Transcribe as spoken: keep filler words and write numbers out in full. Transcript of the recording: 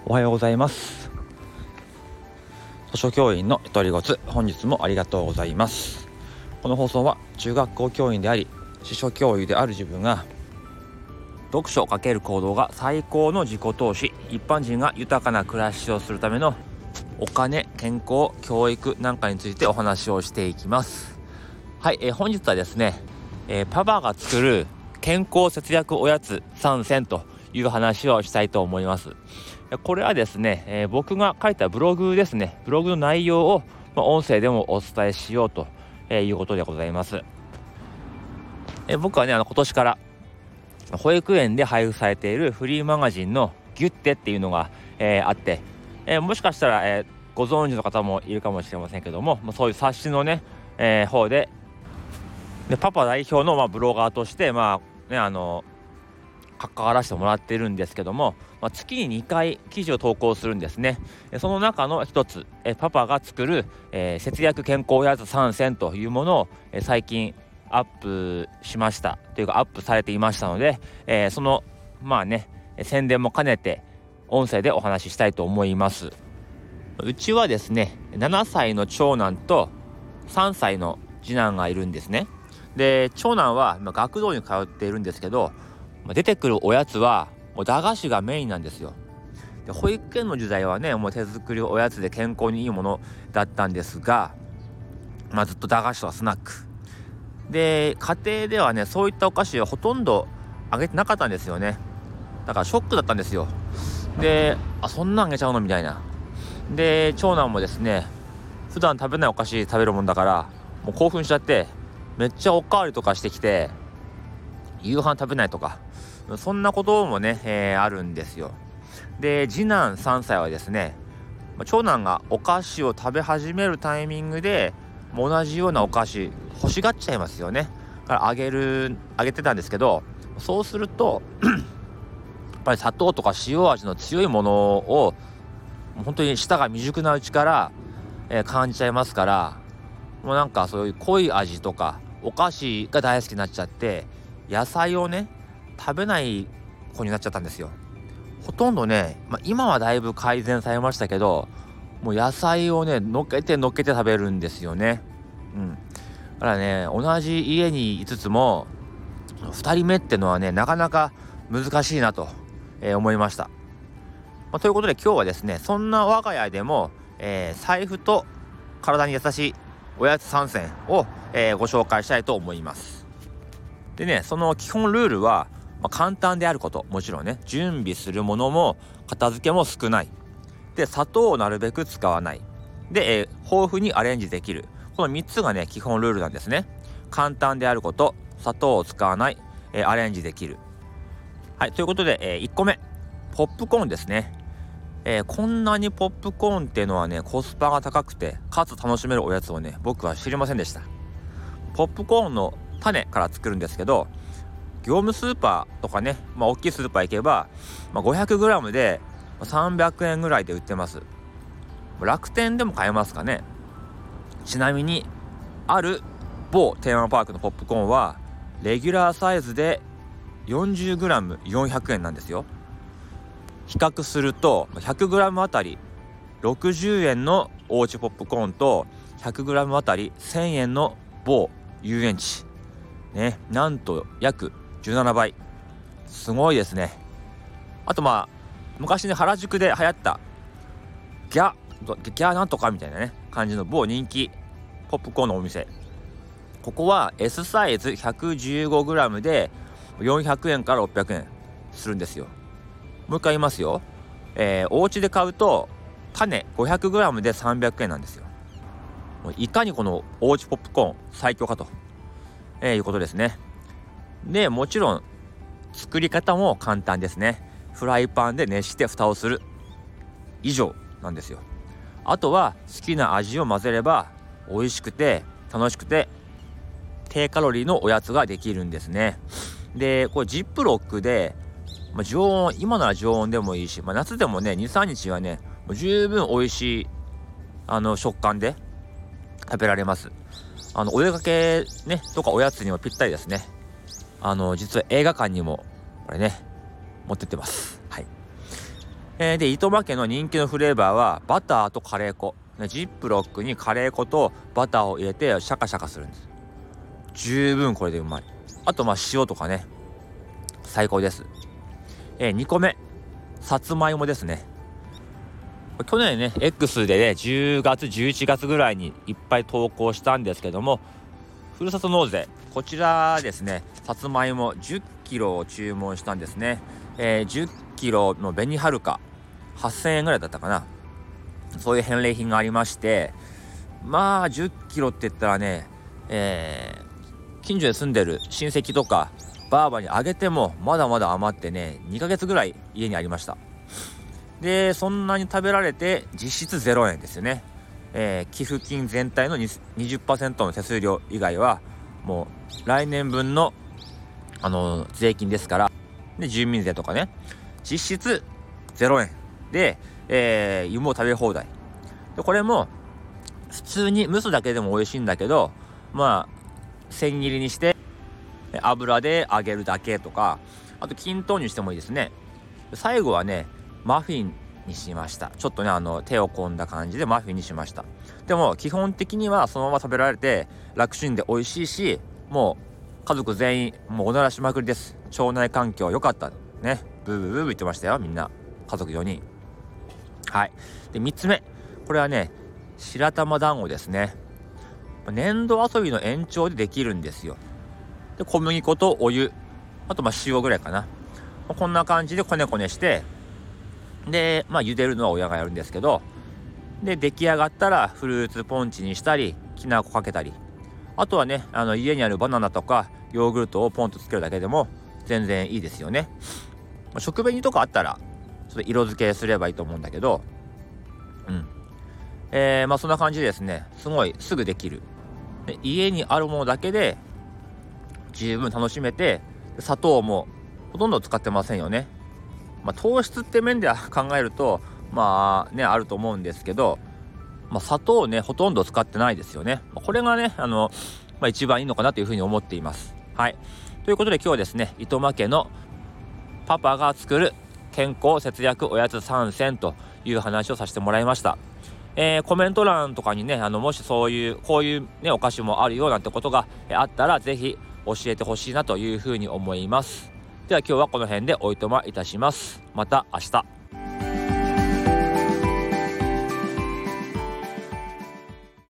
おはようございます。図書教員の独り言、本日もありがとうございます。この放送は中学校教員であり司書教諭である自分が読書をかける行動が最高の自己投資、一般人が豊かな暮らしをするためのお金、健康、教育なんかについてお話をしていきます。はい、えー、本日はですね、えー、パパが作る健康節約おやつさんせんという話をしたいと思います。これはですね、えー、僕が書いたブログですね。ブログの内容を、まあ、音声でもお伝えしようということでございます。えー、僕はね、あの今年から保育園で配布されているフリーマガジンのギュッテっていうのが、えー、あって、えー、もしかしたら、えー、ご存知の方もいるかもしれませんけども、まあ、そういう冊子のね、えー、方ででパパ代表の、まあ、ブロガーとして、まあね、あの関わらせてもらってるんですけども、まあ、月ににかい記事を投稿するんですね。その中の一つ、えパパが作る、えー、節約健康おやつさんせんというものを、えー、最近アップしましたというかアップされていましたので、えー、そのまあね宣伝も兼ねて音声でお話ししたいと思います。うちはですねななさいの長男とさんさいの次男がいるんですね。で長男は、まあ、学童に通っているんですけど、まあ、出てくるおやつはもう駄菓子がメインなんですよ。で保育園の時代はねもう手作りおやつで健康にいいものだったんですが、まあ、ずっと駄菓子とかスナックで、家庭ではねそういったお菓子をほとんどあげてなかったんですよね。だからショックだったんですよ。で、あ、そんなんあげちゃうのみたいな。で長男もですね普段食べないお菓子食べるもんだからもう興奮しちゃってめっちゃおかわりとかしてきて夕飯食べないとかそんなこともね、えー、あるんですよ。で次男さんさいはですね長男がお菓子を食べ始めるタイミングでもう同じようなお菓子欲しがっちゃいますよね。だからあげるあげてたんですけど、そうするとやっぱり砂糖とか塩味の強いものを本当に舌が未熟なうちから、えー、感じちゃいますから、もうなんかそういう濃い味とかお菓子が大好きになっちゃって野菜をね食べない子になっちゃったんですよ。ほとんどね、まあ、今はだいぶ改善されましたけどもう野菜をねのっけてのっけて食べるんですよね。うんだからね同じ家にいつつもふたりめってのはねなかなか難しいなと、えー、思いました。まあ、ということで今日はですねそんな我が家でも、えー、財布と体に優しいおやつさんせんを、えー、ご紹介したいと思います。でねその基本ルールは、まあ、簡単であること、もちろんね準備するものも片付けも少ないで、砂糖をなるべく使わないで、えー、豊富にアレンジできる、このみっつがね基本ルールなんですね。簡単であること、砂糖を使わない、えー、アレンジできる。はいということで、えー、いっこめポップコーンですね。えー、こんなにポップコーンっていうのはねコスパが高くてかつ楽しめるおやつをね僕は知りませんでした。ポップコーンの種から作るんですけど、業務スーパーとかね、まあ大きいスーパー行けば、まあ、ごひゃくグラム でさんびゃくえんぐらいで売ってます。楽天でも買えますかね。ちなみにある某テーマパークのポップコーンはレギュラーサイズで よんじゅうグラムよんひゃくえんなんですよ。比較すると ひゃくグラム あたりろくじゅうえんのおうちポップコーンと ひゃくグラム あたりせんえんの某遊園地ね、なんと約じゅうななばい、すごいですね。あとまあ昔ね原宿で流行ったギャギャーなんとかみたいなね感じの某人気ポップコーンのお店、ここは エス サイズ ひゃくじゅうごグラム でよんひゃくえんからろっぴゃくえんするんですよ。もう一回言いますよ、えー、お家で買うと種 ごひゃくグラム でさんびゃくえんなんですよ。もういかにこのおうちポップコーン最強かと、えー、いうことですね。でもちろん作り方も簡単ですね。フライパンで熱して蓋をする以上なんですよ。あとは好きな味を混ぜれば美味しくて楽しくて低カロリーのおやつができるんですね。でこれジップロックで、まあ、常温、今なら常温でもいいし、まあ、夏でもね にさんにちはねもう十分美味しいあの食感で食べられます。あのお出かけねとかおやつにもぴったりですね。あの実は映画館にもこれね持ってってます。はいえー、で糸間家の人気のフレーバーはバターとカレー粉。ジップロックにカレー粉とバターを入れてシャカシャカするんです。十分これでうまい。あとまあ塩とかね、最高です。えー、にこめ、さつまいもですね。去年ね X でねじゅうがつじゅういちがつぐらいにいっぱい投稿したんですけども、ふるさと納税こちらですね、さつまいもじゅっキロを注文したんですね。えー、じゅっキロの紅はるかはっせんえんぐらいだったかな。そういう返礼品がありまして、まあじゅっキロって言ったらね、えー、近所に住んでる親戚とかばあばにあげてもまだまだ余ってね、にかげつぐらい家にありました。でそんなに食べられて実質ゼロえんですよね。えー、寄付金全体の にじゅっパーセント の手数料以外はもう来年分の、あのー、税金ですから、で住民税とかね、実質ゼロえんで、えー、芋を食べ放題で、これも普通に蒸すだけでも美味しいんだけど、まあ千切りにして油で揚げるだけとか、あと均等にしてもいいですね。最後はねマフィンにしました。ちょっとねあの手を込んだ感じでマフィンにしました。でも基本的にはそのまま食べられて楽ちんで美味しいし、もう家族全員もうおならしまくりです。腸内環境良かったね、ブーブーブーブー言ってましたよ、みんな家族よにん。はい。でみっつめ、これはね白玉団子ですね。粘土遊びの延長でできるんですよ。で小麦粉とお湯、あとまあ塩ぐらいかな、こんな感じでこねこねして、でまあ茹でるのは親がやるんですけど、で出来上がったらフルーツポンチにしたりきな粉かけたり、あとはねあの家にあるバナナとかヨーグルトをポンとつけるだけでも全然いいですよね。食紅とかあったらちょっと色付けすればいいと思うんだけど、うんえー、まあそんな感じでですね、すごいすぐできる、で家にあるものだけで十分楽しめて、砂糖もほとんど使ってませんよね。まあ、糖質って面では考えるとまあねあると思うんですけど、まあ、砂糖をねほとんど使ってないですよね。これがねあの、まあ、一番いいのかなというふうに思っています。はい。ということで今日はですね、糸間家のパパが作る健康節約おやつさんせんという話をさせてもらいました。えー、コメント欄とかにねあのもしそういうこういうねお菓子もあるよなんてことがあったらぜひ教えてほしいなというふうに思います。では今日はこの辺でおいとまいたします。また明日。